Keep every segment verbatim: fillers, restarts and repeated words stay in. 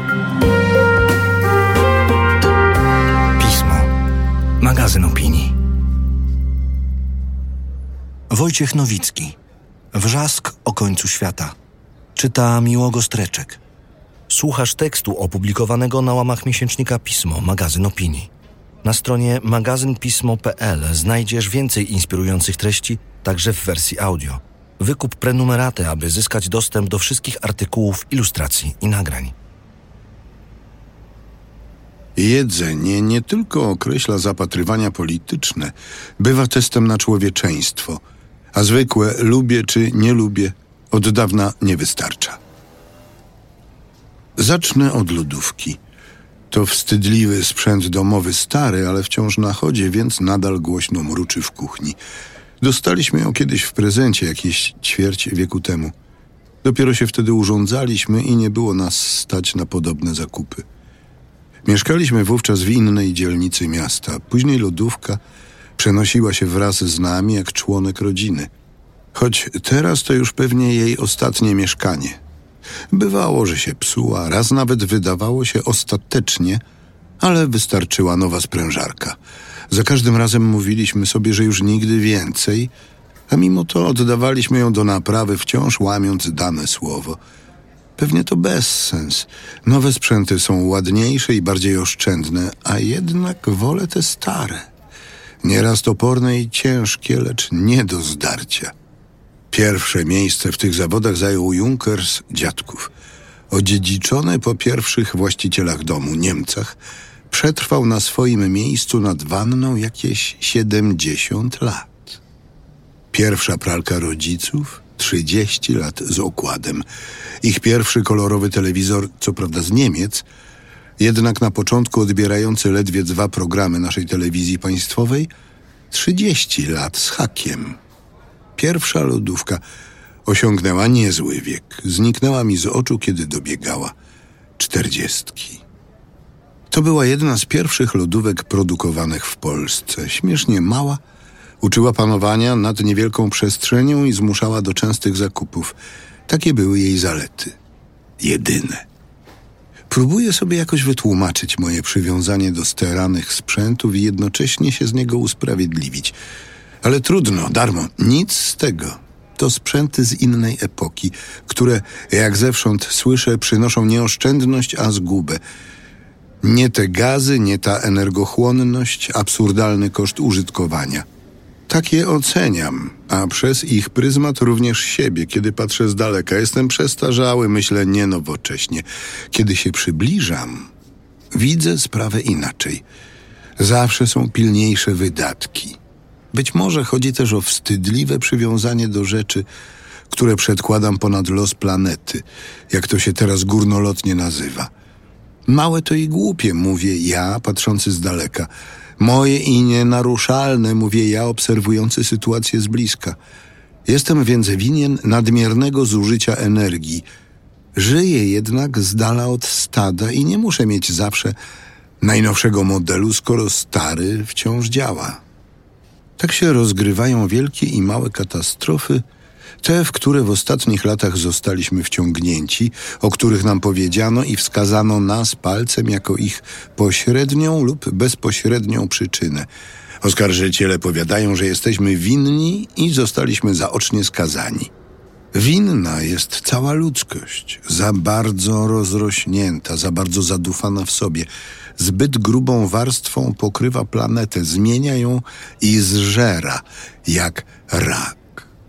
Pismo. Magazyn opinii. Wojciech Nowicki. Wrzask o końcu świata. Czyta Miłogo Streczek. Słuchasz tekstu opublikowanego na łamach miesięcznika Pismo, magazyn opinii. Na stronie magazyn pismo kropka p l znajdziesz więcej inspirujących treści, także w wersji audio. Wykup prenumeratę, aby zyskać dostęp do wszystkich artykułów, ilustracji i nagrań. Jedzenie nie tylko określa zapatrywania polityczne, bywa testem na człowieczeństwo, a zwykłe lubię czy nie lubię od dawna nie wystarcza. Zacznę od lodówki. To wstydliwy sprzęt domowy, stary, ale wciąż na chodzie, więc nadal głośno mruczy w kuchni. Dostaliśmy ją kiedyś w prezencie, jakieś ćwierć wieku temu. Dopiero się wtedy urządzaliśmy i nie było nas stać na podobne zakupy. Mieszkaliśmy wówczas w innej dzielnicy miasta. Później lodówka przenosiła się wraz z nami jak członek rodziny. Choć teraz to już pewnie jej ostatnie mieszkanie. Bywało, że się psuła, raz nawet wydawało się ostatecznie, ale wystarczyła nowa sprężarka. Za każdym razem mówiliśmy sobie, że już nigdy więcej, a mimo to oddawaliśmy ją do naprawy, wciąż łamiąc dane słowo. Pewnie to bezsens. Nowe sprzęty są ładniejsze i bardziej oszczędne, a jednak wolę te stare. Nieraz toporne i ciężkie, lecz nie do zdarcia. Pierwsze miejsce w tych zawodach zajął Junkers Dziadków. Odziedziczony po pierwszych właścicielach domu, Niemcach, przetrwał na swoim miejscu nad wanną jakieś siedemdziesiąt lat. Pierwsza pralka rodziców, trzydzieści lat z okładem. Ich pierwszy kolorowy telewizor, co prawda z Niemiec, jednak na początku odbierający ledwie dwa programy naszej telewizji państwowej, trzydzieści lat z hakiem. Pierwsza lodówka osiągnęła niezły wiek. Zniknęła mi z oczu, kiedy dobiegała czterdziestki. To była jedna z pierwszych lodówek produkowanych w Polsce. Śmiesznie mała, uczyła panowania nad niewielką przestrzenią i zmuszała do częstych zakupów. Takie były jej zalety. Jedyne. Próbuję sobie jakoś wytłumaczyć moje przywiązanie do steranych sprzętów i jednocześnie się z niego usprawiedliwić. Ale trudno, darmo, nic z tego. To sprzęty z innej epoki, które, jak zewsząd słyszę, przynoszą nie oszczędność, a zgubę. Nie te gazy, nie ta energochłonność, absurdalny koszt użytkowania. Tak je oceniam, a przez ich pryzmat również siebie. Kiedy patrzę z daleka, jestem przestarzały, myślę nienowocześnie. Kiedy się przybliżam, widzę sprawę inaczej. Zawsze są pilniejsze wydatki. Być może chodzi też o wstydliwe przywiązanie do rzeczy, które przedkładam ponad los planety, jak to się teraz górnolotnie nazywa. Małe to i głupie, mówię ja, patrzący z daleka. Moje i nienaruszalne, mówię ja, obserwujący sytuację z bliska. Jestem więc winien nadmiernego zużycia energii. Żyję jednak z dala od stada i nie muszę mieć zawsze najnowszego modelu, skoro stary wciąż działa. Tak się rozgrywają wielkie i małe katastrofy, te, w które w ostatnich latach zostaliśmy wciągnięci, o których nam powiedziano i wskazano nas palcem jako ich pośrednią lub bezpośrednią przyczynę. Oskarżyciele powiadają, że jesteśmy winni i zostaliśmy zaocznie skazani. Winna jest cała ludzkość, za bardzo rozrośnięta, za bardzo zadufana w sobie. Zbyt grubą warstwą pokrywa planetę, zmienia ją i zżera, jak rak.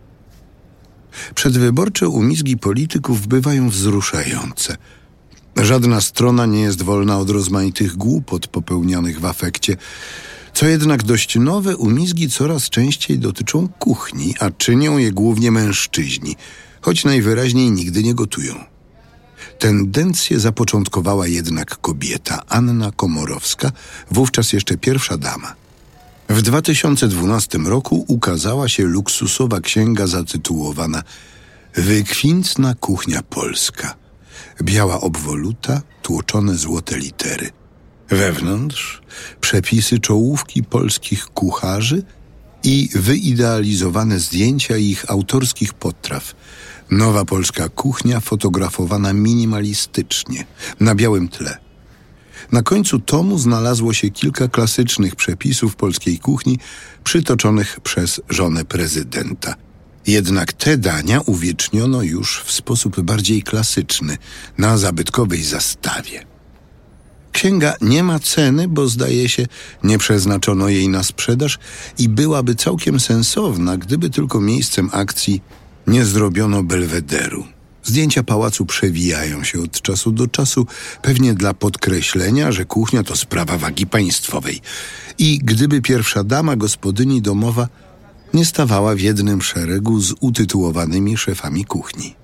Przedwyborcze umizgi polityków bywają wzruszające. Żadna strona nie jest wolna od rozmaitych głupot popełnianych w afekcie. Co jednak dość nowe, umizgi coraz częściej dotyczą kuchni, a czynią je głównie mężczyźni, choć najwyraźniej nigdy nie gotują. Tendencję zapoczątkowała jednak kobieta, Anna Komorowska, wówczas jeszcze pierwsza dama. W dwa tysiące dwunastym roku ukazała się luksusowa księga zatytułowana Wykwintna kuchnia polska. Biała obwoluta, tłoczone złote litery. Wewnątrz przepisy czołówki polskich kucharzy i wyidealizowane zdjęcia ich autorskich potraw. Nowa polska kuchnia fotografowana minimalistycznie, na białym tle. Na końcu tomu znalazło się kilka klasycznych przepisów polskiej kuchni przytoczonych przez żonę prezydenta. Jednak te dania uwieczniono już w sposób bardziej klasyczny, na zabytkowej zastawie. Księga nie ma ceny, bo zdaje się, nie przeznaczono jej na sprzedaż i byłaby całkiem sensowna, gdyby tylko miejscem akcji nie zrobiono belwederu. Zdjęcia pałacu przewijają się od czasu do czasu, pewnie dla podkreślenia, że kuchnia to sprawa wagi państwowej. I gdyby pierwsza dama gospodyni domowa nie stawała w jednym szeregu z utytułowanymi szefami kuchni.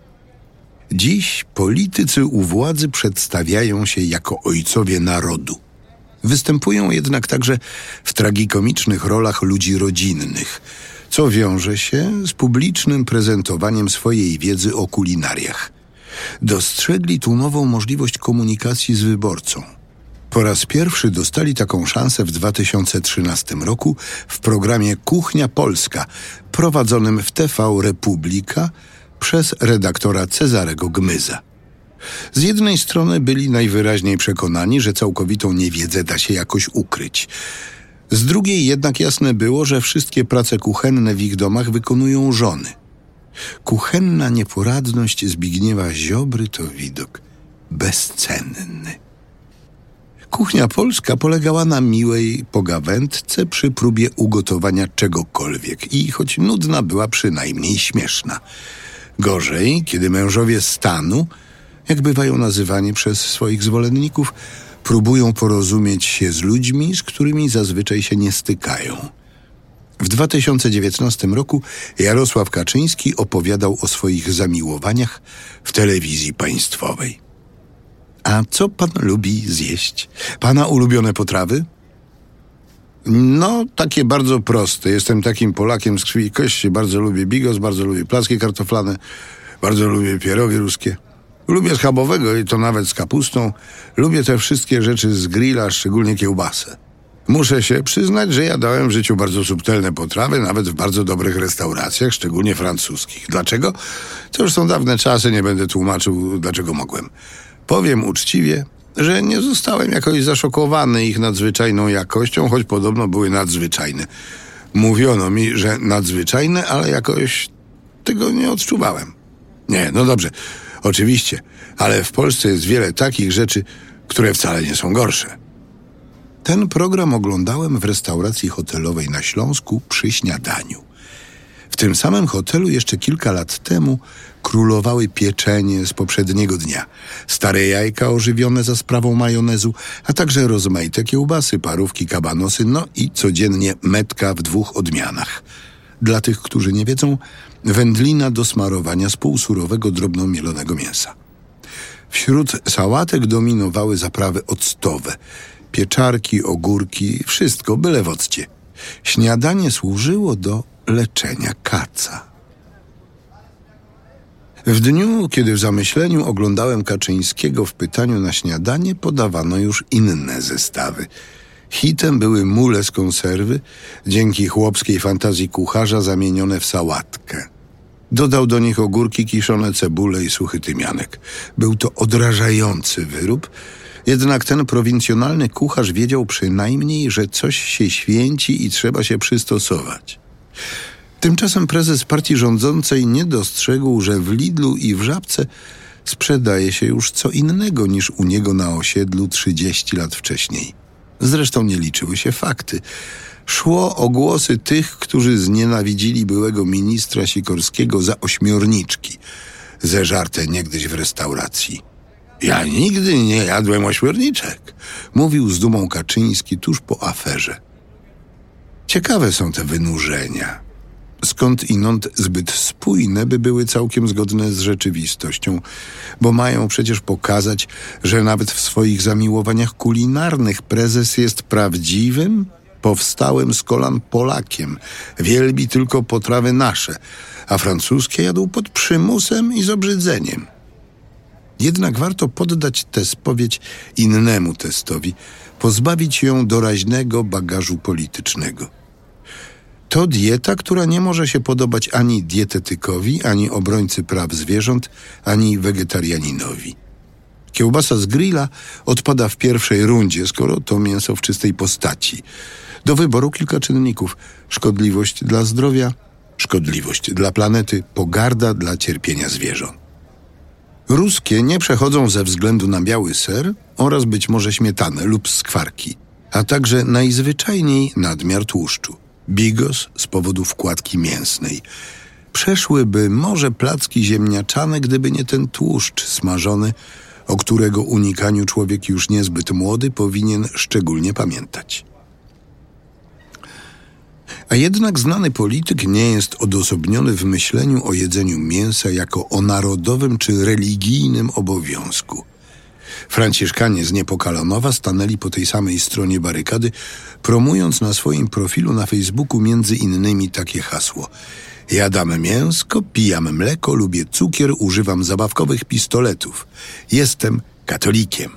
Dziś politycy u władzy przedstawiają się jako ojcowie narodu. Występują jednak także w tragikomicznych rolach ludzi rodzinnych, co wiąże się z publicznym prezentowaniem swojej wiedzy o kulinariach. Dostrzegli tu nową możliwość komunikacji z wyborcą. Po raz pierwszy dostali taką szansę w dwa tysiące trzynastym roku w programie Kuchnia Polska, prowadzonym w T V Republika przez redaktora Cezarego Gmyza. Z jednej strony byli najwyraźniej przekonani, że całkowitą niewiedzę da się jakoś ukryć. Z drugiej jednak jasne było, że wszystkie prace kuchenne w ich domach wykonują żony. Kuchenna nieporadność Zbigniewa Ziobry to widok bezcenny. Kuchnia polska polegała na miłej pogawędce przy próbie ugotowania czegokolwiek i choć nudna, była przynajmniej śmieszna. Gorzej, kiedy mężowie stanu, jak bywają nazywani przez swoich zwolenników, próbują porozumieć się z ludźmi, z którymi zazwyczaj się nie stykają. W dwa tysiące dziewiętnastym roku Jarosław Kaczyński opowiadał o swoich zamiłowaniach w telewizji państwowej. A co pan lubi zjeść? Pana ulubione potrawy? No, takie bardzo proste. Jestem takim Polakiem z krwi i kości. Bardzo lubię bigos, bardzo lubię placki kartoflane, bardzo lubię pierogi ruskie. Lubię schabowego i to nawet z kapustą. Lubię te wszystkie rzeczy z grilla, szczególnie kiełbasę. Muszę się przyznać, że jadałem w życiu bardzo subtelne potrawy, nawet w bardzo dobrych restauracjach, szczególnie francuskich. Dlaczego? To już są dawne czasy, nie będę tłumaczył, dlaczego mogłem. Powiem uczciwie, że nie zostałem jakoś zaszokowany ich nadzwyczajną jakością, choć podobno były nadzwyczajne. Mówiono mi, że nadzwyczajne, ale jakoś tego nie odczuwałem. Nie, no dobrze, oczywiście, ale w Polsce jest wiele takich rzeczy, które wcale nie są gorsze. Ten program oglądałem w restauracji hotelowej na Śląsku przy śniadaniu. W tym samym hotelu jeszcze kilka lat temu królowały pieczenie z poprzedniego dnia, stare jajka ożywione za sprawą majonezu, a także rozmaite kiełbasy, parówki, kabanosy, no i codziennie metka w dwóch odmianach. Dla tych, którzy nie wiedzą, wędlina do smarowania z półsurowego, drobno mielonego mięsa. Wśród sałatek dominowały zaprawy octowe, pieczarki, ogórki, wszystko byle w occie. Śniadanie służyło do leczenia kaca. W dniu, kiedy w zamyśleniu oglądałem Kaczyńskiego w pytaniu na śniadanie, podawano już inne zestawy. Hitem były mule z konserwy, dzięki chłopskiej fantazji kucharza zamienione w sałatkę. Dodał do nich ogórki kiszone, cebulę i suchy tymianek. Był to odrażający wyrób, jednak ten prowincjonalny kucharz wiedział przynajmniej, że coś się święci i trzeba się przystosować. Tymczasem prezes partii rządzącej nie dostrzegł, że w Lidlu i w Żabce sprzedaje się już co innego niż u niego na osiedlu trzydzieści lat wcześniej. Zresztą nie liczyły się fakty. Szło o głosy tych, którzy znienawidzili byłego ministra Sikorskiego za ośmiorniczki, zeżarte niegdyś w restauracji. Ja nigdy nie jadłem ośmiorniczek, mówił z dumą Kaczyński tuż po aferze. Ciekawe są te wynurzenia. Skąd inąd zbyt spójne, by były całkiem zgodne z rzeczywistością, bo mają przecież pokazać, że nawet w swoich zamiłowaniach kulinarnych prezes jest prawdziwym, powstałym z kolan Polakiem, wielbi tylko potrawy nasze, a francuskie jadł pod przymusem i z obrzydzeniem. Jednak warto poddać tę spowiedź innemu testowi, pozbawić ją doraźnego bagażu politycznego. To dieta, która nie może się podobać ani dietetykowi, ani obrońcy praw zwierząt, ani wegetarianinowi. Kiełbasa z grilla odpada w pierwszej rundzie, skoro to mięso w czystej postaci. Do wyboru kilka czynników. Szkodliwość dla zdrowia, szkodliwość dla planety, pogarda dla cierpienia zwierząt. Ruskie nie przechodzą ze względu na biały ser oraz być może śmietanę lub skwarki, a także najzwyczajniej nadmiar tłuszczu. Bigos z powodu wkładki mięsnej. Przeszłyby może placki ziemniaczane, gdyby nie ten tłuszcz smażony, o którego unikaniu człowiek już niezbyt młody powinien szczególnie pamiętać. A jednak znany polityk nie jest odosobniony w myśleniu o jedzeniu mięsa jako o narodowym czy religijnym obowiązku. Franciszkanie z Niepokalonowa stanęli po tej samej stronie barykady, promując na swoim profilu na Facebooku między innymi takie hasło: jadam mięsko, pijam mleko, lubię cukier, używam zabawkowych pistoletów. Jestem katolikiem.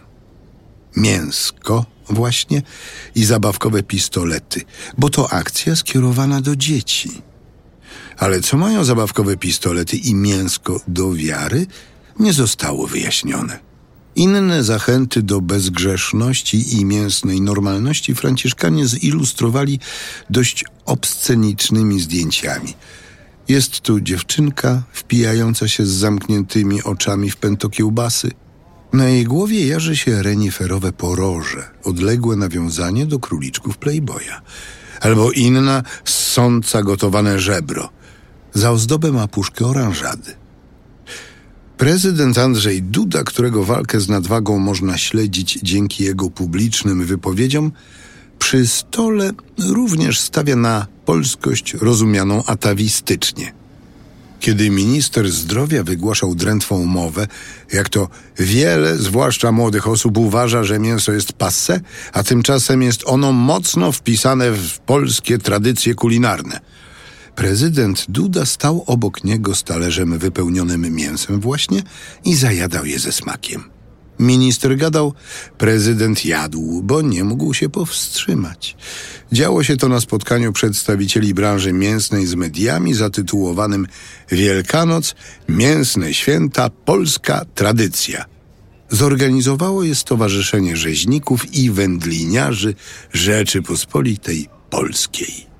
Mięsko właśnie i zabawkowe pistolety, bo to akcja skierowana do dzieci. Ale co mają zabawkowe pistolety i mięsko do wiary, nie zostało wyjaśnione. Inne zachęty do bezgrzeszności i mięsnej normalności Franciszkanie zilustrowali dość obscenicznymi zdjęciami. Jest tu dziewczynka wpijająca się z zamkniętymi oczami w pęto kiełbasy. Na jej głowie jarzy się reniferowe poroże, odległe nawiązanie do króliczków Playboya. Albo inna ssąca gotowane żebro. Za ozdobę ma puszkę oranżady. Prezydent Andrzej Duda, którego walkę z nadwagą można śledzić dzięki jego publicznym wypowiedziom, przy stole również stawia na polskość rozumianą atawistycznie. Kiedy minister zdrowia wygłaszał drętwą mowę, jak to wiele, zwłaszcza młodych osób, uważa, że mięso jest passé, a tymczasem jest ono mocno wpisane w polskie tradycje kulinarne. Prezydent Duda stał obok niego z talerzem wypełnionym mięsem właśnie i zajadał je ze smakiem. Minister gadał, prezydent jadł, bo nie mógł się powstrzymać. Działo się to na spotkaniu przedstawicieli branży mięsnej z mediami zatytułowanym Wielkanoc, mięsne święta, polska tradycja. Zorganizowało je Stowarzyszenie Rzeźników i Wędliniarzy Rzeczypospolitej Polskiej.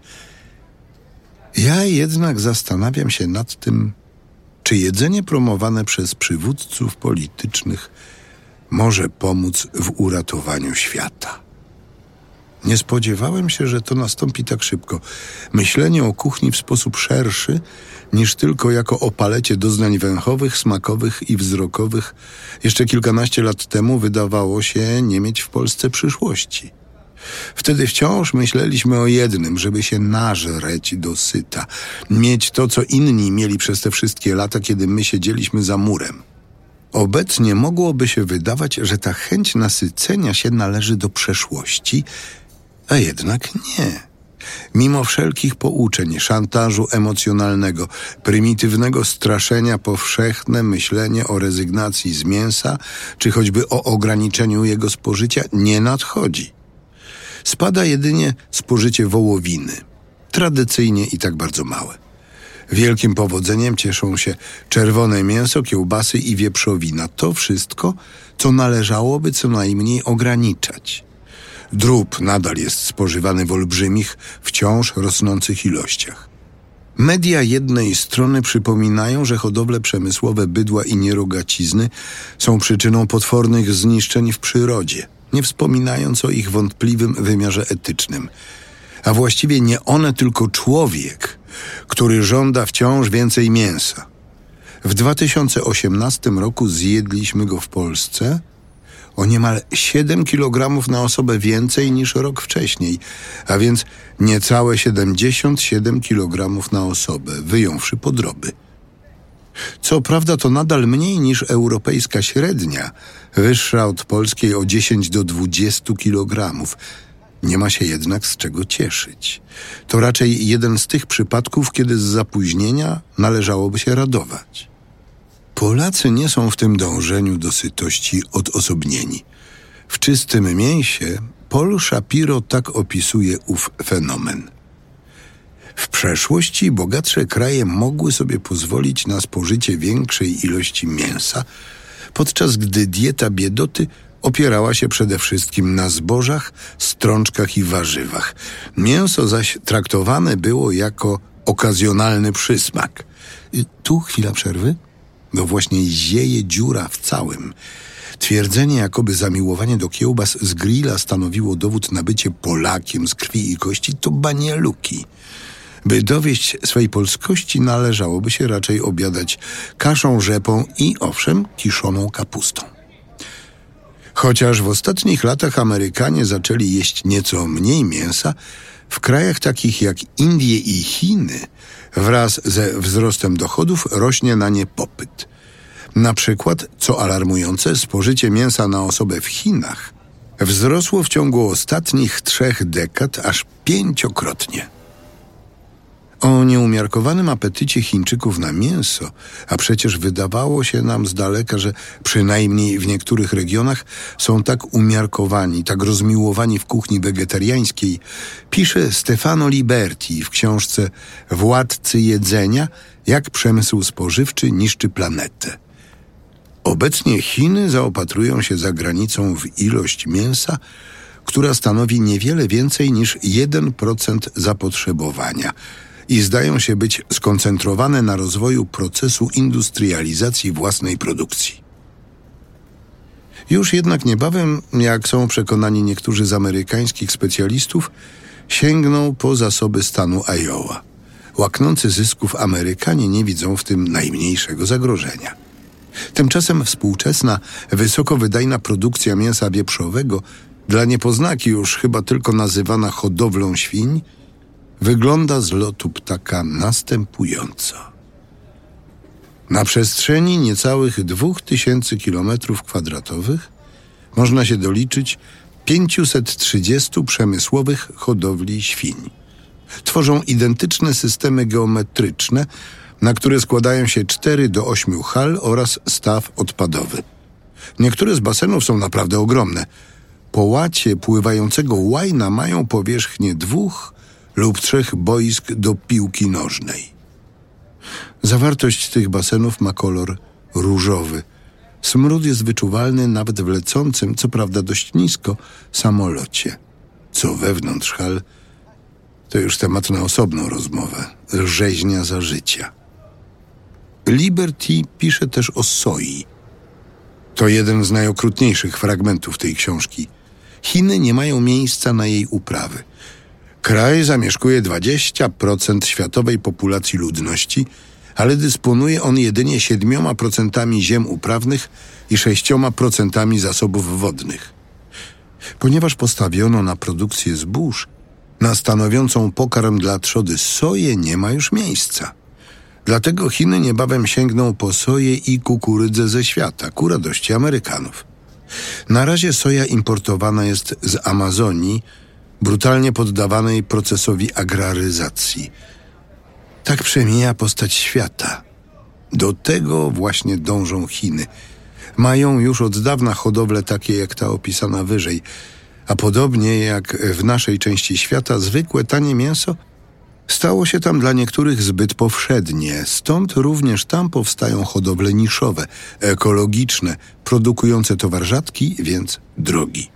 Ja jednak zastanawiam się nad tym, czy jedzenie promowane przez przywódców politycznych może pomóc w uratowaniu świata. Nie spodziewałem się, że to nastąpi tak szybko. Myślenie o kuchni w sposób szerszy niż tylko jako o palecie doznań węchowych, smakowych i wzrokowych jeszcze kilkanaście lat temu wydawało się nie mieć w Polsce przyszłości. Wtedy wciąż myśleliśmy o jednym, żeby się nażreć do syta, mieć to, co inni mieli przez te wszystkie lata, kiedy my siedzieliśmy za murem. Obecnie mogłoby się wydawać, że ta chęć nasycenia się należy do przeszłości, a jednak nie. Mimo wszelkich pouczeń, szantażu emocjonalnego, prymitywnego straszenia, powszechne myślenie o rezygnacji z mięsa, czy choćby o ograniczeniu jego spożycia nie nadchodzi. Spada jedynie spożycie wołowiny, tradycyjnie i tak bardzo małe. Wielkim powodzeniem cieszą się czerwone mięso, kiełbasy i wieprzowina. To wszystko, co należałoby co najmniej ograniczać. Drób nadal jest spożywany w olbrzymich, wciąż rosnących ilościach. Media jednej strony przypominają, że hodowle przemysłowe bydła i nierogacizny są przyczyną potwornych zniszczeń w przyrodzie, nie wspominając o ich wątpliwym wymiarze etycznym. A właściwie nie one, tylko człowiek, który żąda wciąż więcej mięsa. W dwa tysiące osiemnastym roku zjedliśmy go w Polsce o niemal siedem kilogramów na osobę więcej niż rok wcześniej, a więc niecałe siedemdziesiąt siedem kilogramów na osobę, wyjąwszy podroby. Co prawda to nadal mniej niż europejska średnia, wyższa od polskiej o dziesięć do dwudziestu kilogramów. Nie ma się jednak z czego cieszyć. To raczej jeden z tych przypadków, kiedy z zapóźnienia należałoby się radować. Polacy nie są w tym dążeniu do sytości odosobnieni. W czystym mięsie Paul Shapiro tak opisuje ów fenomen. W przeszłości bogatsze kraje mogły sobie pozwolić na spożycie większej ilości mięsa, podczas gdy dieta biedoty opierała się przede wszystkim na zbożach, strączkach i warzywach. Mięso zaś traktowane było jako okazjonalny przysmak. I tu chwila przerwy? No właśnie zieje dziura w całym. Twierdzenie, jakoby zamiłowanie do kiełbas z grilla stanowiło dowód na bycie Polakiem z krwi i kości, to banialuki. By dowieść swej polskości, należałoby się raczej obiadać kaszą rzepą i, owszem, kiszoną kapustą. Chociaż w ostatnich latach Amerykanie zaczęli jeść nieco mniej mięsa, w krajach takich jak Indie i Chiny wraz ze wzrostem dochodów rośnie na nie popyt. Na przykład, co alarmujące, spożycie mięsa na osobę w Chinach wzrosło w ciągu ostatnich trzech dekad aż pięciokrotnie. O nieumiarkowanym apetycie Chińczyków na mięso, a przecież wydawało się nam z daleka, że przynajmniej w niektórych regionach są tak umiarkowani, tak rozmiłowani w kuchni wegetariańskiej, pisze Stefano Liberti w książce Władcy jedzenia, jak przemysł spożywczy niszczy planetę. Obecnie Chiny zaopatrują się za granicą w ilość mięsa, która stanowi niewiele więcej niż jeden procent zapotrzebowania i zdają się być skoncentrowane na rozwoju procesu industrializacji własnej produkcji. Już jednak niebawem, jak są przekonani niektórzy z amerykańskich specjalistów, sięgną po zasoby stanu Iowa. Łaknący zysków Amerykanie nie widzą w tym najmniejszego zagrożenia. Tymczasem współczesna, wysokowydajna produkcja mięsa wieprzowego, dla niepoznaki już chyba tylko nazywana hodowlą świń, wygląda z lotu ptaka następująco. Na przestrzeni niecałych dwóch tysięcy kilometrów kwadratowych można się doliczyć pięćset trzydzieści przemysłowych hodowli świń. Tworzą identyczne systemy geometryczne, na które składają się cztery do ośmiu hal oraz staw odpadowy. Niektóre z basenów są naprawdę ogromne. Połacie pływającego łajna mają powierzchnię dwóch lub trzech boisk do piłki nożnej. Zawartość tych basenów ma kolor różowy. Smród jest wyczuwalny nawet w lecącym, co prawda dość nisko, samolocie. Co wewnątrz hal, to już temat na osobną rozmowę. Rzeźnia za życia. Liberty pisze też o soi. To jeden z najokrutniejszych fragmentów tej książki. Chiny nie mają miejsca na jej uprawy. Kraj zamieszkuje dwadzieścia procent światowej populacji ludności, ale dysponuje on jedynie siedmioma procentami ziem uprawnych i sześcioma procentami zasobów wodnych. Ponieważ postawiono na produkcję zbóż, na stanowiącą pokarm dla trzody soję nie ma już miejsca. Dlatego Chiny niebawem sięgną po soję i kukurydzę ze świata, ku radości Amerykanów. Na razie soja importowana jest z Amazonii, brutalnie poddawanej procesowi agraryzacji. Tak przemija postać świata. Do tego właśnie dążą Chiny. Mają już od dawna hodowle takie jak ta opisana wyżej, a podobnie jak w naszej części świata zwykłe tanie mięso stało się tam dla niektórych zbyt powszednie, stąd również tam powstają hodowle niszowe, ekologiczne, produkujące towar rzadki, więc drogi.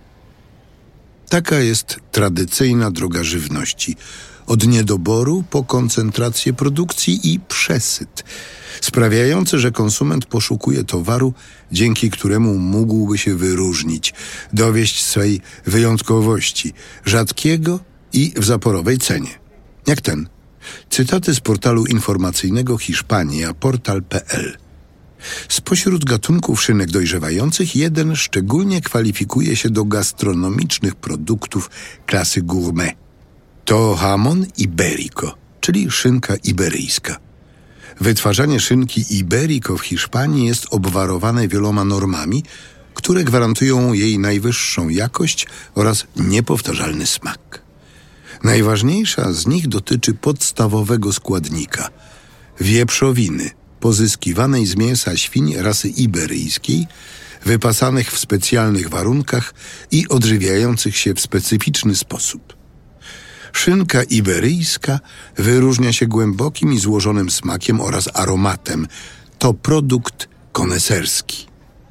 Taka jest tradycyjna droga żywności. Od niedoboru po koncentrację produkcji i przesyt, sprawiający, że konsument poszukuje towaru, dzięki któremu mógłby się wyróżnić, dowieść swej wyjątkowości, rzadkiego i w zaporowej cenie. Jak ten. Cytaty z portalu informacyjnego Hiszpania, portal kropka pe el. Spośród gatunków szynek dojrzewających jeden szczególnie kwalifikuje się do gastronomicznych produktów klasy gourmet. To jamon iberico, czyli szynka iberyjska. Wytwarzanie szynki iberico w Hiszpanii jest obwarowane wieloma normami, które gwarantują jej najwyższą jakość oraz niepowtarzalny smak. Najważniejsza z nich dotyczy podstawowego składnika – wieprzowiny, pozyskiwanej z mięsa świń rasy iberyjskiej, wypasanych w specjalnych warunkach i odżywiających się w specyficzny sposób. Szynka iberyjska wyróżnia się głębokim i złożonym smakiem oraz aromatem. To produkt koneserski.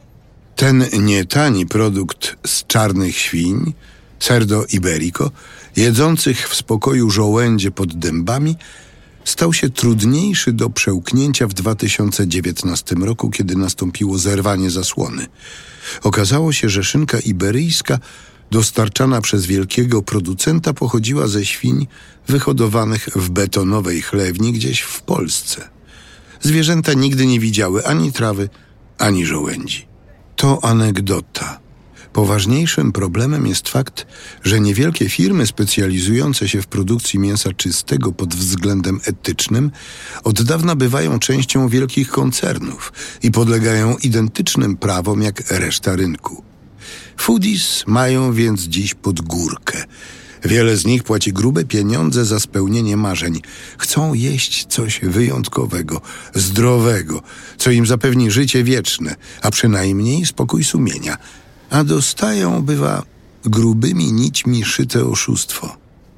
Ten nietani produkt z czarnych świń, cerdo iberico, jedzących w spokoju żołędzie pod dębami, stał się trudniejszy do przełknięcia w dwa tysiące dziewiętnastym roku, kiedy nastąpiło zerwanie zasłony. Okazało się, że szynka iberyjska dostarczana przez wielkiego producenta pochodziła ze świń wyhodowanych w betonowej chlewni gdzieś w Polsce. Zwierzęta nigdy nie widziały ani trawy, ani żołędzi. To anegdota. Poważniejszym problemem jest fakt, że niewielkie firmy specjalizujące się w produkcji mięsa czystego pod względem etycznym od dawna bywają częścią wielkich koncernów i podlegają identycznym prawom jak reszta rynku. Foodies mają więc dziś pod górkę. Wiele z nich płaci grube pieniądze za spełnienie marzeń. Chcą jeść coś wyjątkowego, zdrowego, co im zapewni życie wieczne, a przynajmniej spokój sumienia. A dostają, bywa, grubymi nićmi szyte oszustwo.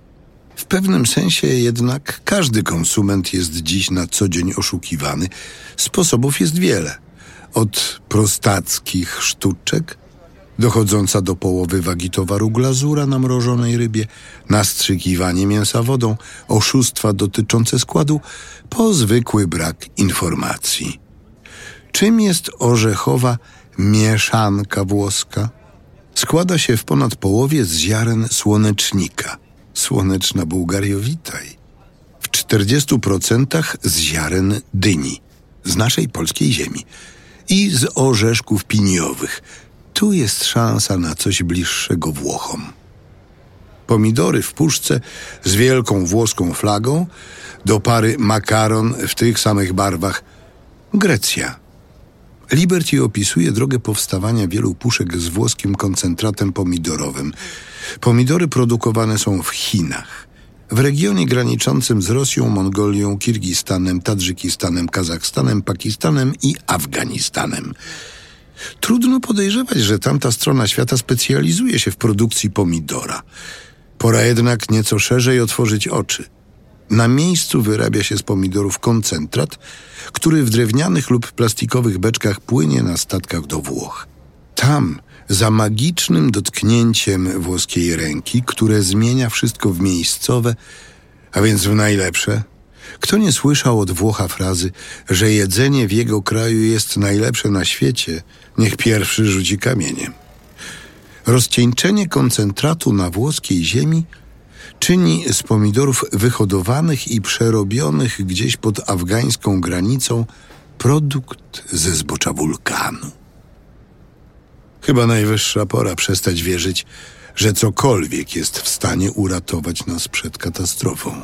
W pewnym sensie jednak każdy konsument jest dziś na co dzień oszukiwany. Sposobów jest wiele. Od prostackich sztuczek, dochodząca do połowy wagi towaru glazura na mrożonej rybie, nastrzykiwanie mięsa wodą, oszustwa dotyczące składu, po zwykły brak informacji. Czym jest orzechowa mieszanka włoska? Składa się w ponad połowie z ziaren słonecznika, słoneczna Bułgario witaj, w czterdziestu procentach z ziaren dyni, z naszej polskiej ziemi i z orzeszków piniowych. Tu jest szansa na coś bliższego Włochom. Pomidory w puszce z wielką włoską flagą, do pary makaron w tych samych barwach Grecja. Liberty opisuje drogę powstawania wielu puszek z włoskim koncentratem pomidorowym. Pomidory produkowane są w Chinach, w regionie graniczącym z Rosją, Mongolią, Kirgistanem, Tadżykistanem, Kazachstanem, Pakistanem i Afganistanem. Trudno podejrzewać, że tamta strona świata specjalizuje się w produkcji pomidora. Pora jednak nieco szerzej otworzyć oczy. Na miejscu wyrabia się z pomidorów koncentrat, który w drewnianych lub plastikowych beczkach płynie na statkach do Włoch. Tam, za magicznym dotknięciem włoskiej ręki, które zmienia wszystko w miejscowe, a więc w najlepsze. Kto nie słyszał od Włocha frazy, że jedzenie w jego kraju jest najlepsze na świecie, niech pierwszy rzuci kamieniem. Rozcieńczenie koncentratu na włoskiej ziemi czyni z pomidorów wyhodowanych i przerobionych gdzieś pod afgańską granicą produkt ze zbocza wulkanu. Chyba najwyższa pora przestać wierzyć, że cokolwiek jest w stanie uratować nas przed katastrofą.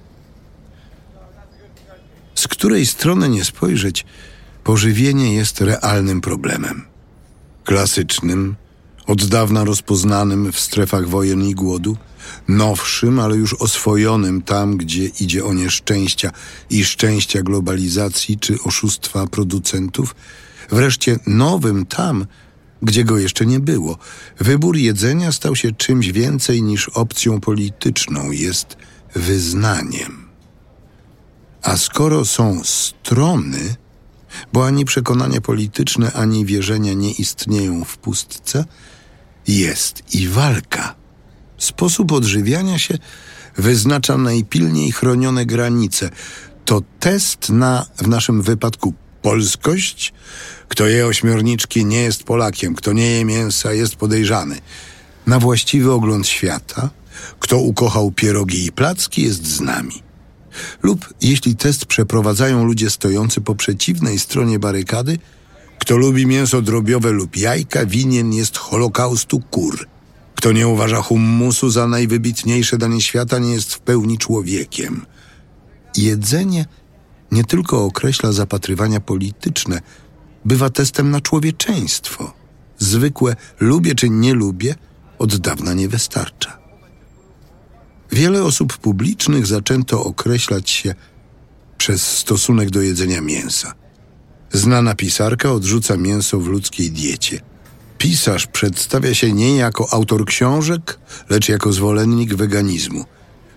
Z której strony nie spojrzeć, pożywienie jest realnym problemem. Klasycznym, od dawna rozpoznanym w strefach wojen i głodu, nowszym, ale już oswojonym tam, gdzie idzie o nieszczęścia i szczęścia globalizacji czy oszustwa producentów, wreszcie nowym tam, gdzie go jeszcze nie było. Wybór jedzenia stał się czymś więcej niż opcją polityczną, jest wyznaniem. A skoro są strony, bo ani przekonania polityczne, ani wierzenia nie istnieją w pustce, jest i walka. Sposób odżywiania się wyznacza najpilniej chronione granice. To test na, w naszym wypadku, polskość. Kto je ośmiorniczki, nie jest Polakiem. Kto nie je mięsa, jest podejrzany. Na właściwy ogląd świata. Kto ukochał pierogi i placki, jest z nami. Lub, jeśli test przeprowadzają ludzie stojący po przeciwnej stronie barykady, kto lubi mięso drobiowe lub jajka, winien jest Holokaustu kur. Kto nie uważa hummusu za najwybitniejsze danie świata, nie jest w pełni człowiekiem. Jedzenie nie tylko określa zapatrywania polityczne, bywa testem na człowieczeństwo. Zwykłe lubię czy nie lubię od dawna nie wystarcza. Wiele osób publicznych zaczęto określać się przez stosunek do jedzenia mięsa. Znana pisarka odrzuca mięso w ludzkiej diecie. Pisarz przedstawia się nie jako autor książek, lecz jako zwolennik weganizmu.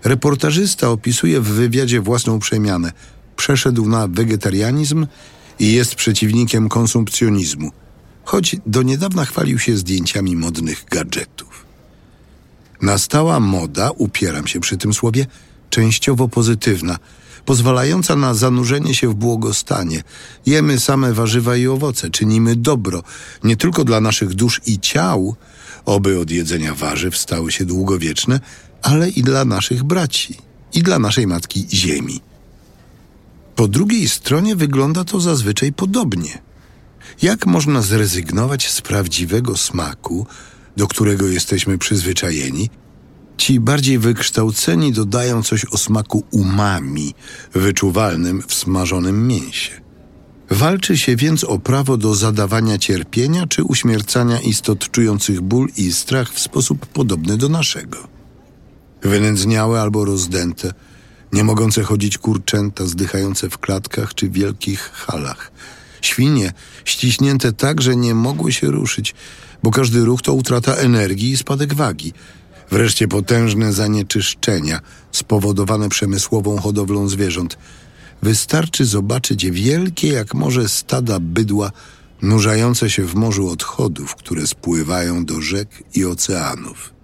Reportażysta opisuje w wywiadzie własną przemianę. Przeszedł na wegetarianizm i jest przeciwnikiem konsumpcjonizmu, choć do niedawna chwalił się zdjęciami modnych gadżetów. Nastała moda, upieram się przy tym słowie, częściowo pozytywna, pozwalająca na zanurzenie się w błogostanie. Jemy same warzywa i owoce, czynimy dobro, nie tylko dla naszych dusz i ciał, oby od jedzenia warzyw stały się długowieczne, ale i dla naszych braci, i dla naszej matki Ziemi. Po drugiej stronie wygląda to zazwyczaj podobnie. Jak można zrezygnować z prawdziwego smaku, do którego jesteśmy przyzwyczajeni? Ci bardziej wykształceni dodają coś o smaku umami, wyczuwalnym w smażonym mięsie. Walczy się więc o prawo do zadawania cierpienia czy uśmiercania istot czujących ból i strach w sposób podobny do naszego. Wynędzniałe albo rozdęte, nie mogące chodzić kurczęta zdychające w klatkach czy wielkich halach. Świnie ściśnięte tak, że nie mogły się ruszyć, bo każdy ruch to utrata energii i spadek wagi. Wreszcie potężne zanieczyszczenia spowodowane przemysłową hodowlą zwierząt. Wystarczy zobaczyć wielkie jak morze stada bydła nurzające się w morzu odchodów, które spływają do rzek i oceanów.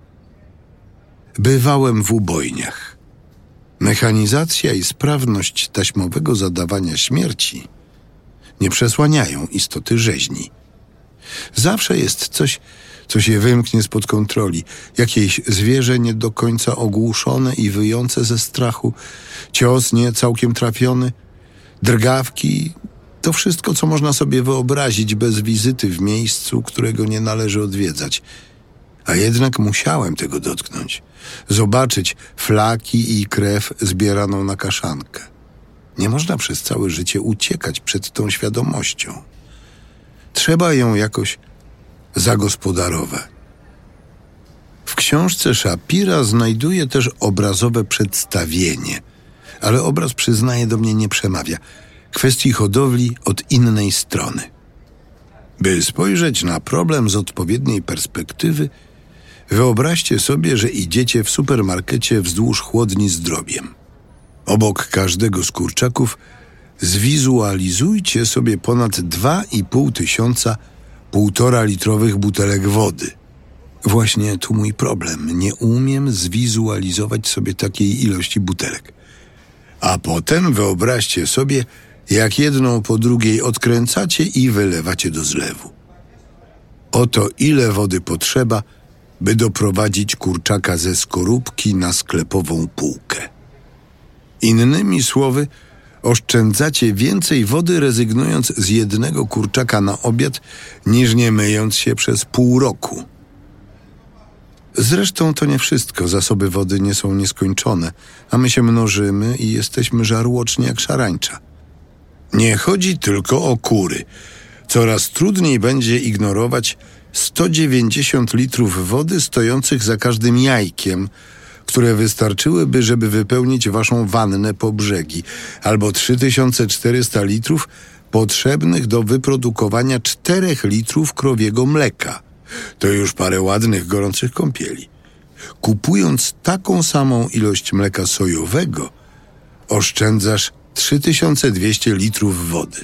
Bywałem w ubojniach. Mechanizacja i sprawność taśmowego zadawania śmierci nie przesłaniają istoty rzeźni. Zawsze jest coś, co się wymknie spod kontroli. Jakieś zwierzę nie do końca ogłuszone i wyjące ze strachu, cios nie całkiem trafiony, drgawki. To wszystko, co można sobie wyobrazić bez wizyty w miejscu, którego nie należy odwiedzać. A jednak musiałem tego dotknąć. Zobaczyć flaki i krew zbieraną na kaszankę. Nie można przez całe życie uciekać przed tą świadomością. Trzeba ją jakoś zagospodarować. W książce Shapira znajduję też obrazowe przedstawienie, ale obraz, przyznaję, do mnie nie przemawia. Kwestii hodowli od innej strony. By spojrzeć na problem z odpowiedniej perspektywy, wyobraźcie sobie, że idziecie w supermarkecie wzdłuż chłodni z drobiem. Obok każdego z kurczaków zwizualizujcie sobie ponad dwa i pół tysiąca półtora litrowych butelek wody. Właśnie tu mój problem. Nie umiem zwizualizować sobie takiej ilości butelek. A potem wyobraźcie sobie, jak jedną po drugiej odkręcacie i wylewacie do zlewu. Oto ile wody potrzeba, by doprowadzić kurczaka ze skorupki na sklepową półkę. Innymi słowy, oszczędzacie więcej wody, rezygnując z jednego kurczaka na obiad, niż nie myjąc się przez pół roku. Zresztą to nie wszystko. Zasoby wody nie są nieskończone, a my się mnożymy i jesteśmy żarłoczni jak szarańcza. Nie chodzi tylko o kury. Coraz trudniej będzie ignorować sto dziewięćdziesiąt litrów wody stojących za każdym jajkiem, które wystarczyłyby, żeby wypełnić waszą wannę po brzegi, albo trzy tysiące czterysta litrów potrzebnych do wyprodukowania czterech litrów krowiego mleka. To już parę ładnych, gorących kąpieli. Kupując taką samą ilość mleka sojowego, oszczędzasz trzy tysiące dwieście litrów wody.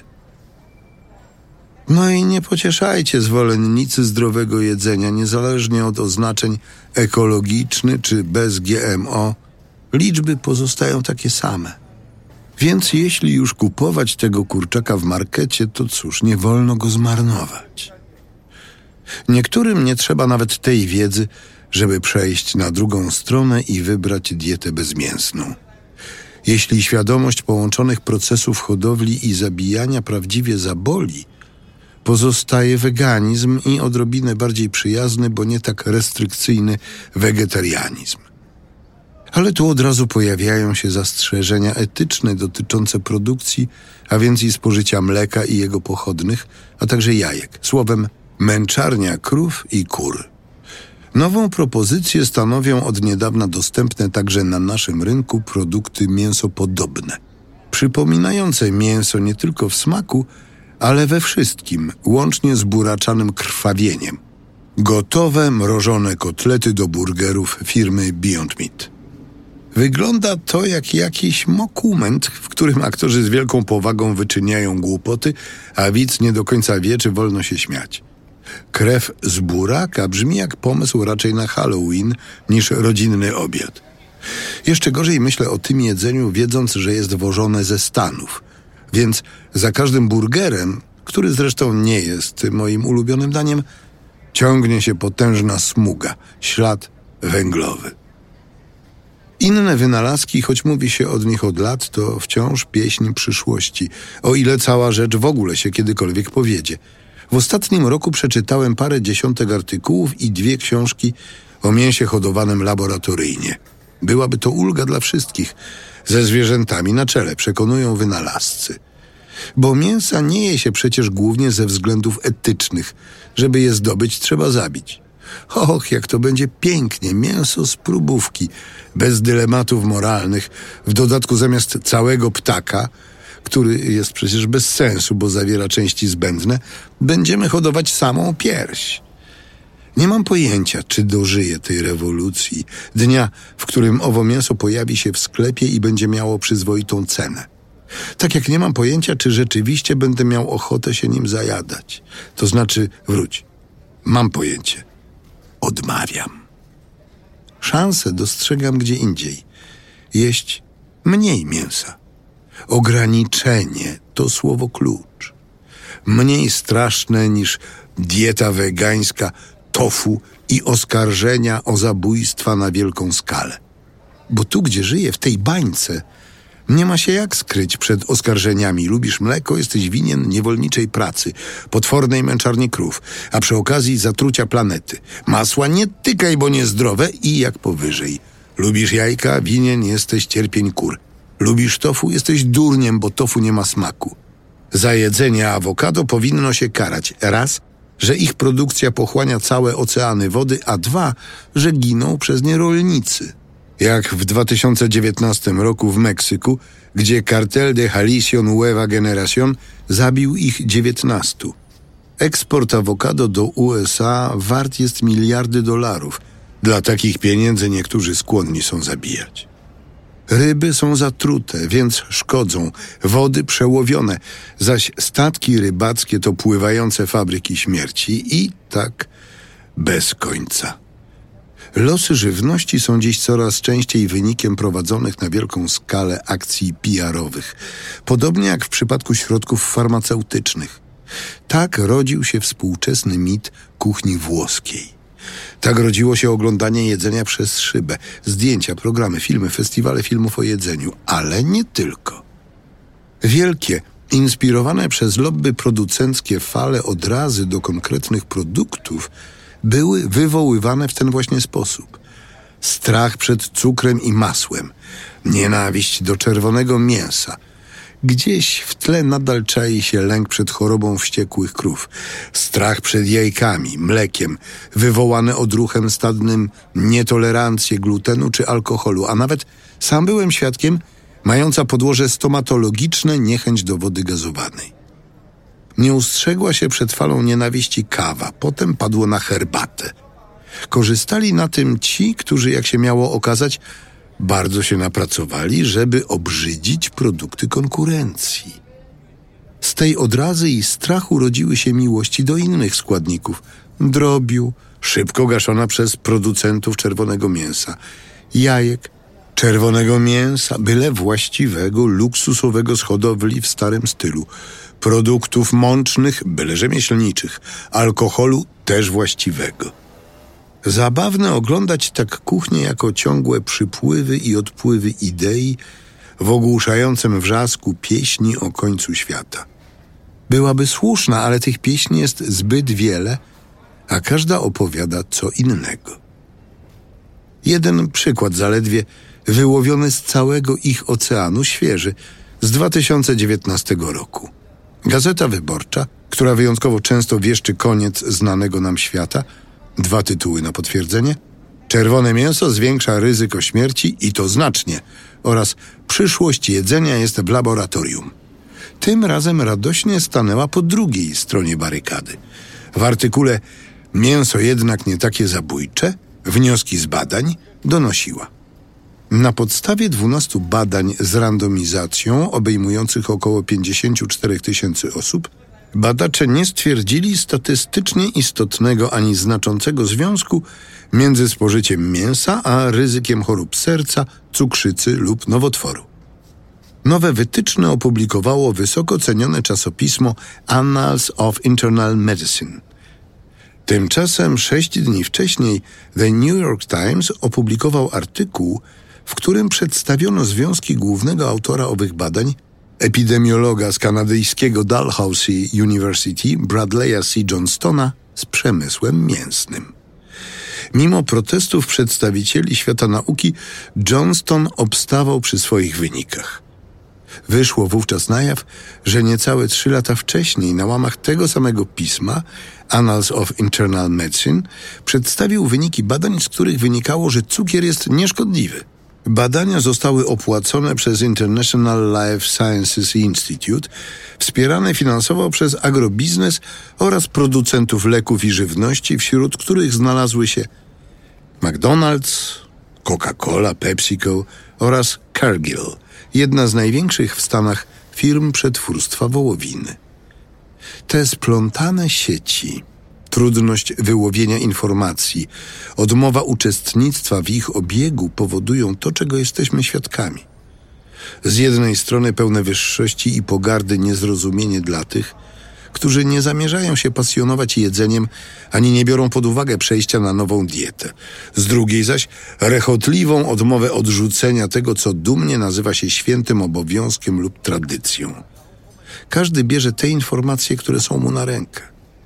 No i nie pocieszajcie zwolennicy zdrowego jedzenia, niezależnie od oznaczeń ekologiczny czy bez G M O. Liczby pozostają takie same. Więc jeśli już kupować tego kurczaka w markecie, to cóż, nie wolno go zmarnować. Niektórym nie trzeba nawet tej wiedzy, żeby przejść na drugą stronę i wybrać dietę bezmięsną. Jeśli świadomość połączonych procesów hodowli i zabijania prawdziwie zaboli, pozostaje weganizm i odrobinę bardziej przyjazny, bo nie tak restrykcyjny wegetarianizm. Ale tu od razu pojawiają się zastrzeżenia etyczne dotyczące produkcji, a więc i spożycia mleka i jego pochodnych, a także jajek. Słowem, męczarnia krów i kur. Nową propozycję stanowią od niedawna dostępne także na naszym rynku produkty mięsopodobne, przypominające mięso nie tylko w smaku, ale we wszystkim, łącznie z buraczanym krwawieniem. Gotowe, mrożone kotlety do burgerów firmy Beyond Meat. Wygląda to jak jakiś dokument, w którym aktorzy z wielką powagą wyczyniają głupoty, a widz nie do końca wie, czy wolno się śmiać. Krew z buraka brzmi jak pomysł raczej na Halloween niż rodzinny obiad. Jeszcze gorzej myślę o tym jedzeniu, wiedząc, że jest wożone ze Stanów. Więc za każdym burgerem, który zresztą nie jest moim ulubionym daniem, ciągnie się potężna smuga, ślad węglowy. Inne wynalazki, choć mówi się od nich od lat, to wciąż pieśń przyszłości, o ile cała rzecz w ogóle się kiedykolwiek powiedzie. W ostatnim roku przeczytałem parę dziesiątek artykułów i dwie książki o mięsie hodowanym laboratoryjnie. Byłaby to ulga dla wszystkich, ze zwierzętami na czele, przekonują wynalazcy. Bo mięsa nie je się przecież głównie ze względów etycznych. Żeby je zdobyć, trzeba zabić. Och, jak to będzie pięknie, mięso z próbówki, bez dylematów moralnych, w dodatku zamiast całego ptaka, który jest przecież bez sensu, bo zawiera części zbędne, będziemy hodować samą pierś. Nie mam pojęcia, czy dożyję tej rewolucji, dnia, w którym owo mięso pojawi się w sklepie i będzie miało przyzwoitą cenę. Tak jak nie mam pojęcia, czy rzeczywiście będę miał ochotę się nim zajadać. To znaczy, wróć, mam pojęcie. Odmawiam. Szansę dostrzegam gdzie indziej. Jeść mniej mięsa. Ograniczenie to słowo klucz. Mniej straszne niż dieta wegańska, tofu i oskarżenia o zabójstwa na wielką skalę. Bo tu, gdzie żyję, w tej bańce, nie ma się jak skryć przed oskarżeniami. Lubisz mleko, jesteś winien niewolniczej pracy, potwornej męczarni krów, a przy okazji zatrucia planety. Masła nie tykaj, bo niezdrowe i jak powyżej. Lubisz jajka, winien jesteś cierpień kur. Lubisz tofu, jesteś durniem, bo tofu nie ma smaku. Za jedzenie awokado powinno się karać. Raz, że ich produkcja pochłania całe oceany wody, a dwa, że giną przez nie rolnicy. Jak w dwa tysiące dziewiętnastym roku w Meksyku, gdzie kartel de Jalisco Nueva Generación zabił ich dziewiętnastu. Eksport awokado do U S A wart jest miliardy dolarów. Dla takich pieniędzy niektórzy skłonni są zabijać. Ryby są zatrute, więc szkodzą, wody przełowione, zaś statki rybackie to pływające fabryki śmierci i tak bez końca. Losy żywności są dziś coraz częściej wynikiem prowadzonych na wielką skalę akcji P R-owych, podobnie jak w przypadku środków farmaceutycznych. Tak rodził się współczesny mit kuchni włoskiej. Tak rodziło się oglądanie jedzenia przez szybę, zdjęcia, programy, filmy, festiwale filmów o jedzeniu, ale nie tylko. Wielkie, inspirowane przez lobby producenckie fale odrazy do konkretnych produktów były wywoływane w ten właśnie sposób. Strach przed cukrem i masłem, nienawiść do czerwonego mięsa. Gdzieś w tle nadal czai się lęk przed chorobą wściekłych krów, strach przed jajkami, mlekiem, wywołane odruchem stadnym nietolerancję glutenu czy alkoholu, a nawet sam byłem świadkiem mająca podłoże stomatologiczne niechęć do wody gazowanej. Nie ustrzegła się przed falą nienawiści kawa, potem padło na herbatę. Korzystali na tym ci, którzy, jak się miało okazać, bardzo się napracowali, żeby obrzydzić produkty konkurencji. Z tej odrazy i strachu rodziły się miłości do innych składników. Drobiu, szybko gaszona przez producentów czerwonego mięsa, jajek, czerwonego mięsa, byle właściwego, luksusowego z hodowli w starym stylu, produktów mącznych, byle rzemieślniczych, alkoholu też właściwego. Zabawne oglądać tak kuchnię jako ciągłe przypływy i odpływy idei w ogłuszającym wrzasku pieśni o końcu świata. Byłaby słuszna, ale tych pieśni jest zbyt wiele, a każda opowiada co innego. Jeden przykład zaledwie wyłowiony z całego ich oceanu, świeży, z dwa tysiące dziewiętnastego roku. Gazeta Wyborcza, która wyjątkowo często wieszczy koniec znanego nam świata, dwa tytuły na potwierdzenie, czerwone mięso zwiększa ryzyko śmierci i to znacznie, oraz przyszłość jedzenia jest w laboratorium. Tym razem radośnie stanęła po drugiej stronie barykady. W artykule Mięso jednak nie takie zabójcze, wnioski z badań donosiła. Na podstawie dwunastu badań z randomizacją obejmujących około pięćdziesiąt cztery tysięcy osób, badacze nie stwierdzili statystycznie istotnego ani znaczącego związku między spożyciem mięsa a ryzykiem chorób serca, cukrzycy lub nowotworu. Nowe wytyczne opublikowało wysoko cenione czasopismo Annals of Internal Medicine. Tymczasem sześć dni wcześniej The New York Times opublikował artykuł, w którym przedstawiono związki głównego autora owych badań, epidemiologa z kanadyjskiego Dalhousie University Bradley'a C. Johnstona, z przemysłem mięsnym. Mimo protestów przedstawicieli świata nauki, Johnston obstawał przy swoich wynikach. Wyszło wówczas na jaw, że niecałe trzy lata wcześniej na łamach tego samego pisma Annals of Internal Medicine przedstawił wyniki badań, z których wynikało, że cukier jest nieszkodliwy. Badania zostały opłacone przez International Life Sciences Institute, wspierane finansowo przez agrobiznes oraz producentów leków i żywności, wśród których znalazły się McDonald's, Coca-Cola, PepsiCo oraz Cargill, jedna z największych w Stanach firm przetwórstwa wołowiny. Te splątane sieci, trudność wyłowienia informacji, odmowa uczestnictwa w ich obiegu powodują to, czego jesteśmy świadkami. Z jednej strony pełne wyższości i pogardy niezrozumienie dla tych, którzy nie zamierzają się pasjonować jedzeniem, ani nie biorą pod uwagę przejścia na nową dietę. Z drugiej zaś rechotliwą odmowę odrzucenia tego, co dumnie nazywa się świętym obowiązkiem lub tradycją. Każdy bierze te informacje, które są mu na rękę.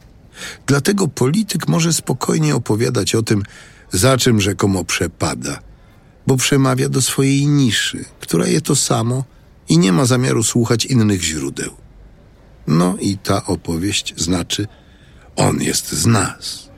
Dlatego polityk może spokojnie opowiadać o tym, za czym rzekomo przepada, bo przemawia do swojej niszy, która je to samo i nie ma zamiaru słuchać innych źródeł. No i ta opowieść znaczy, on jest z nas.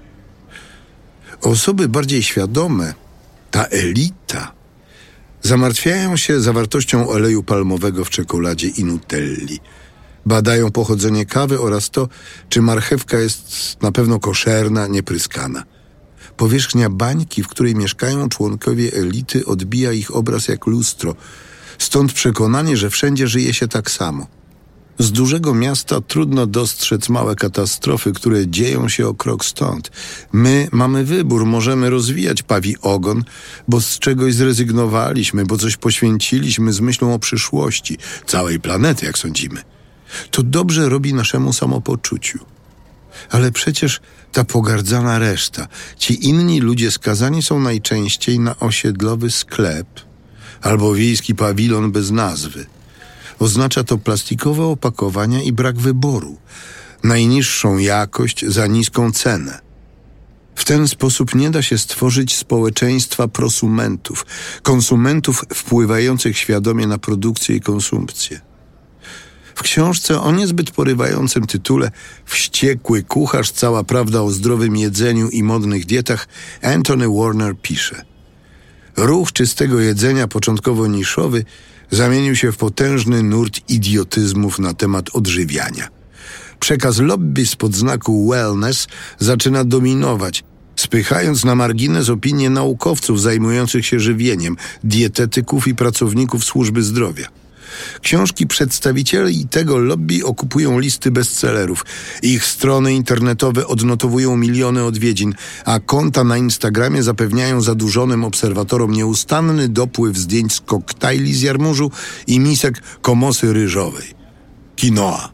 Osoby bardziej świadome, ta elita, zamartwiają się zawartością oleju palmowego w czekoladzie i nutelli. Badają pochodzenie kawy oraz to, czy marchewka jest na pewno koszerna, niepryskana. Powierzchnia bańki, w której mieszkają członkowie elity, odbija ich obraz jak lustro. Stąd przekonanie, że wszędzie żyje się tak samo. Z dużego miasta trudno dostrzec małe katastrofy, które dzieją się o krok stąd. My mamy wybór, możemy rozwijać pawi ogon, bo z czegoś zrezygnowaliśmy, bo coś poświęciliśmy z myślą o przyszłości całej planety, jak sądzimy. To dobrze robi naszemu samopoczuciu. Ale przecież ta pogardzana reszta, ci inni ludzie skazani są najczęściej na osiedlowy sklep albo wiejski pawilon bez nazwy. Oznacza to plastikowe opakowania i brak wyboru, najniższą jakość za niską cenę. W ten sposób nie da się stworzyć społeczeństwa prosumentów, konsumentów wpływających świadomie na produkcję i konsumpcję. W książce o niezbyt porywającym tytule Wściekły kucharz, cała prawda o zdrowym jedzeniu i modnych dietach Anthony Warner pisze: ruch czystego jedzenia, początkowo niszowy, zamienił się w potężny nurt idiotyzmów na temat odżywiania. Przekaz lobby spod znaku wellness zaczyna dominować, spychając na margines opinie naukowców zajmujących się żywieniem, dietetyków i pracowników służby zdrowia. Książki przedstawicieli tego lobby okupują listy bestsellerów. Ich strony internetowe odnotowują miliony odwiedzin, a konta na Instagramie zapewniają zadłużonym obserwatorom nieustanny dopływ zdjęć z koktajli z jarmużu i misek komosy ryżowej. Quinoa.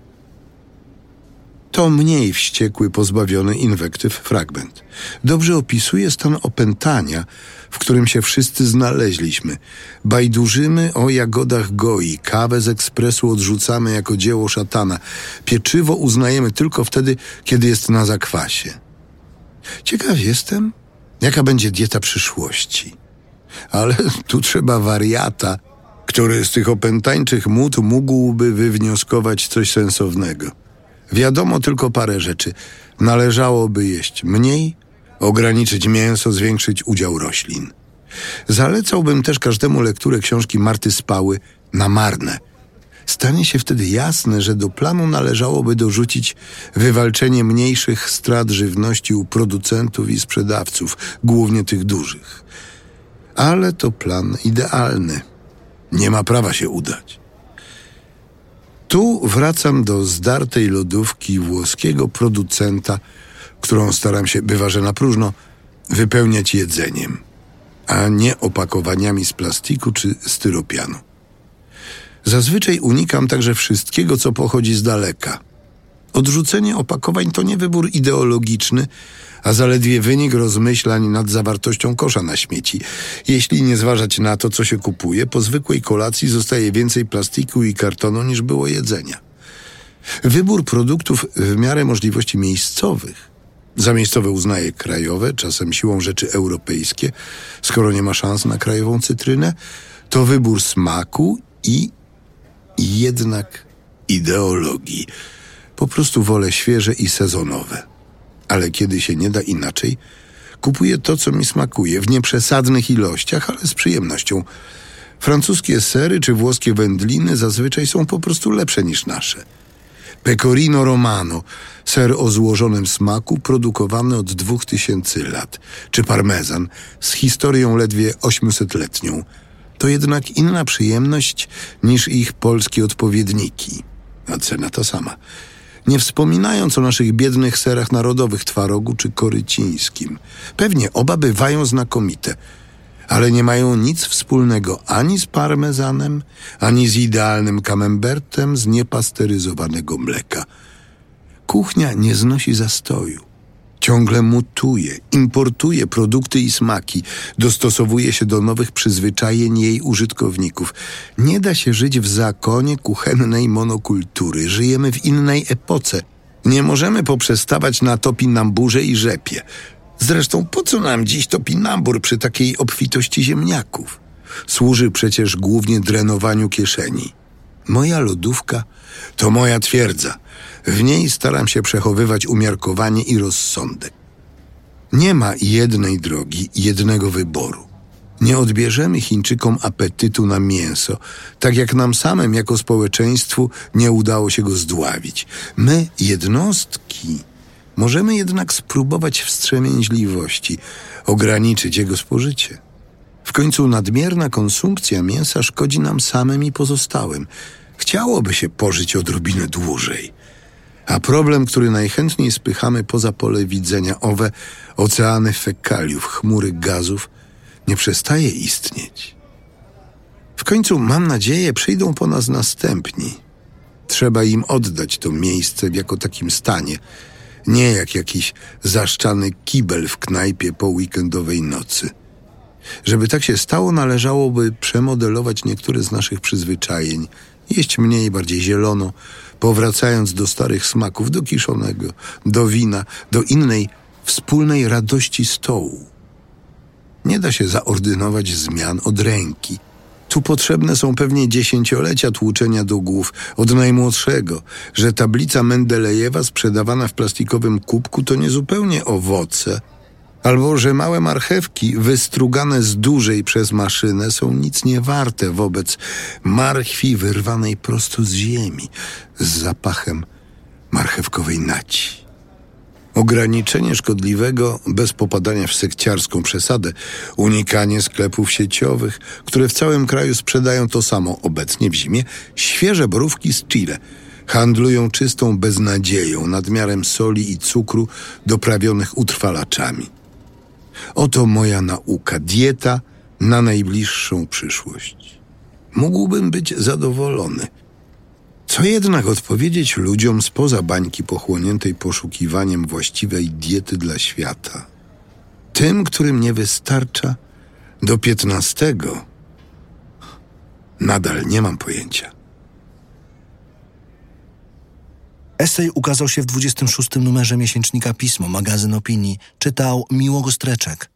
To mniej wściekły, pozbawiony inwektyw fragment. Dobrze opisuje stan opętania, w którym się wszyscy znaleźliśmy. Bajdurzymy o jagodach goi, kawę z ekspresu odrzucamy jako dzieło szatana. Pieczywo uznajemy tylko wtedy, kiedy jest na zakwasie. Ciekaw jestem, jaka będzie dieta przyszłości. Ale tu trzeba wariata, który z tych opętańczych mód mógłby wywnioskować coś sensownego. Wiadomo tylko parę rzeczy. Należałoby jeść mniej, ograniczyć mięso, zwiększyć udział roślin. Zalecałbym też każdemu lekturę książki Marty Spały Na marne. Stanie się wtedy jasne, że do planu należałoby dorzucić wywalczenie mniejszych strat żywności u producentów i sprzedawców, głównie tych dużych. Ale to plan idealny. Nie ma prawa się udać. Tu wracam do zdartej lodówki włoskiego producenta, którą staram się, bywa że na próżno, wypełniać jedzeniem, a nie opakowaniami z plastiku czy styropianu. Zazwyczaj unikam także wszystkiego, co pochodzi z daleka. Odrzucenie opakowań to nie wybór ideologiczny, a zaledwie wynik rozmyślań nad zawartością kosza na śmieci. Jeśli nie zważać na to, co się kupuje, po zwykłej kolacji zostaje więcej plastiku i kartonu niż było jedzenia. Wybór produktów w miarę możliwości miejscowych. Za miejscowe uznaję krajowe, czasem siłą rzeczy europejskie, skoro nie ma szans na krajową cytrynę, to wybór smaku i, i jednak ideologii. Po prostu wolę świeże i sezonowe. Ale kiedy się nie da inaczej, kupuję to, co mi smakuje, w nieprzesadnych ilościach, ale z przyjemnością. Francuskie sery czy włoskie wędliny zazwyczaj są po prostu lepsze niż nasze. Pecorino Romano, ser o złożonym smaku, produkowany od dwóch tysięcy lat, czy parmezan z historią ledwie ośmiosetletnią. To jednak inna przyjemność niż ich polskie odpowiedniki, a cena ta sama. Nie wspominając o naszych biednych serach narodowych, twarogu czy korycińskim. Pewnie oba bywają znakomite, ale nie mają nic wspólnego ani z parmezanem, ani z idealnym camembertem z niepasteryzowanego mleka. Kuchnia nie znosi zastoju. Ciągle mutuje, importuje produkty i smaki, dostosowuje się do nowych przyzwyczajeń jej użytkowników. Nie da się żyć w zakonie kuchennej monokultury. Żyjemy w innej epoce. Nie możemy poprzestawać na topinamburze i rzepie. Zresztą po co nam dziś topinambur przy takiej obfitości ziemniaków? Służy przecież głównie drenowaniu kieszeni. Moja lodówka to moja twierdza. W niej staram się przechowywać umiarkowanie i rozsądek. Nie ma jednej drogi, jednego wyboru. Nie odbierzemy Chińczykom apetytu na mięso, tak jak nam samym jako społeczeństwu nie udało się go zdławić. My, jednostki, możemy jednak spróbować wstrzemięźliwości, ograniczyć jego spożycie. W końcu nadmierna konsumpcja mięsa szkodzi nam samym i pozostałym. Chciałoby się pożyć odrobinę dłużej. A problem, który najchętniej spychamy poza pole widzenia, owe oceany fekaliów, chmury gazów, nie przestaje istnieć. W końcu, mam nadzieję, przyjdą po nas następni. Trzeba im oddać to miejsce w jako takim stanie, nie jak jakiś zaszczany kibel w knajpie po weekendowej nocy. Żeby tak się stało, należałoby przemodelować niektóre z naszych przyzwyczajeń, jeść mniej, bardziej zielono, powracając do starych smaków, do kiszonego, do wina, do innej wspólnej radości stołu. Nie da się zaordynować zmian od ręki. Tu potrzebne są pewnie dziesięciolecia tłuczenia do głów od najmłodszego, że tablica Mendelejewa sprzedawana w plastikowym kubku to niezupełnie owoce, albo że małe marchewki wystrugane z dużej przez maszynę są nic nie warte wobec marchwi wyrwanej prosto z ziemi z zapachem marchewkowej naci. Ograniczenie szkodliwego bez popadania w sekciarską przesadę, unikanie sklepów sieciowych, które w całym kraju sprzedają to samo obecnie w zimie, świeże borówki z Chile, handlują czystą beznadzieją, nadmiarem soli i cukru doprawionych utrwalaczami. Oto moja nauka, dieta na najbliższą przyszłość. Mógłbym być zadowolony. Co jednak odpowiedzieć ludziom spoza bańki pochłoniętej poszukiwaniem właściwej diety dla świata? Tym, którym nie wystarcza do piętnastego, nadal nie mam pojęcia. Esej ukazał się w dwudziestym szóstym numerze miesięcznika Pismo, magazyn opinii. Czytał Miłogo Streczek.